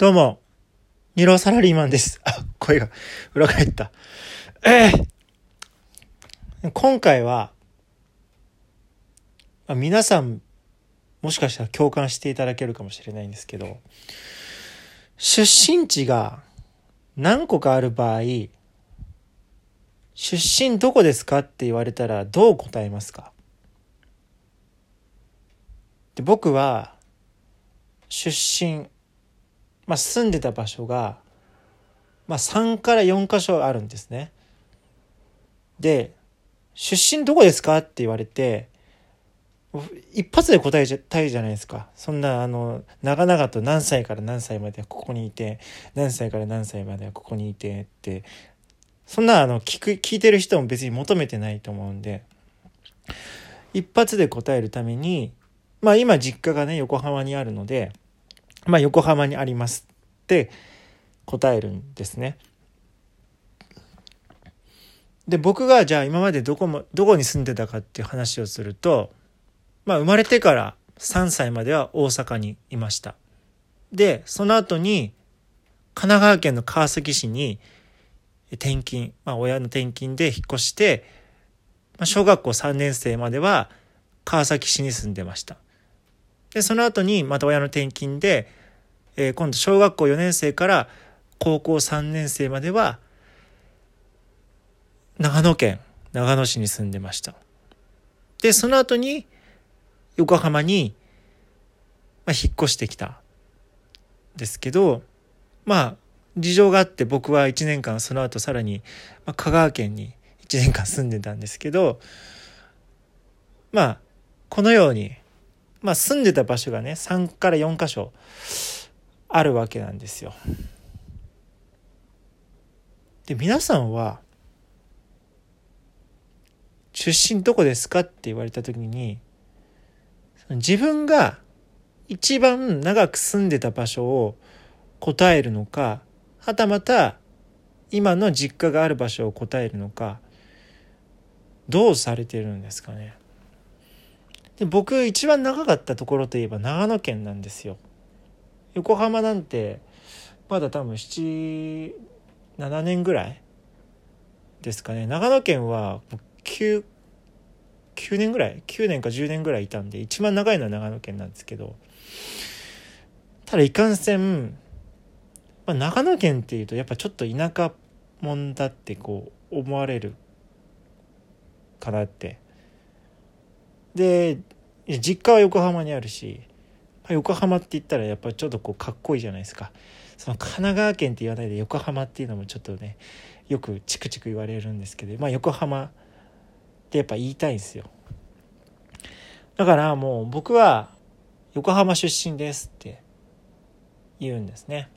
どうも、二郎サラリーマンです。声が裏返った。今回は、皆さん、もしかしたら共感していただけるかもしれないんですけど、出身地が何個かある場合、出身どこですかって言われたらどう答えますか？で、僕は、出身、住んでた場所が、3から4箇所あるんですね。で、出身どこですかって言われて、一発で答えたいじゃないですか。そんな長々と何歳から何歳まではここにいて、何歳から何歳まではここにいてって、そんな聞いてる人も別に求めてないと思うんで、一発で答えるために、今実家がね横浜にあるので、横浜にありますって答えるんですね。で、僕がじゃあ今までどこに住んでたかっていう話をすると、生まれてから3歳までは大阪にいました。で、その後に神奈川県の川崎市に転勤、親の転勤で引っ越して、小学校3年生までは川崎市に住んでました。で、その後にまた親の転勤で、今度小学校4年生から高校3年生までは長野県長野市に住んでました。で、その後に横浜に、引っ越してきたんですけど、事情があって僕は1年間その後さらに、香川県に1年間住んでたんですけど、このように、住んでた場所がね3から4箇所あるわけなんですよ。で、皆さんは出身どこですかって言われた時に、自分が一番長く住んでた場所を答えるのか、はたまた今の実家がある場所を答えるのか、どうされてるんですかね。で、僕一番長かったところといえば長野県なんですよ。横浜なんてまだ多分7、7年ぐらいですかね。長野県は9年ぐらい、9年か10年ぐらいいたんで、一番長いのは長野県なんですけど、ただいかんせん、長野県っていうとやっぱちょっと田舎もんだって思われるかなって。で、実家は横浜にあるし、横浜って言ったらやっぱちょっとかっこいいじゃないですか。その神奈川県って言わないで横浜っていうのもちょっとね、よくチクチク言われるんですけど、横浜ってやっぱ言いたいんですよ。だからもう僕は横浜出身ですって言うんですね。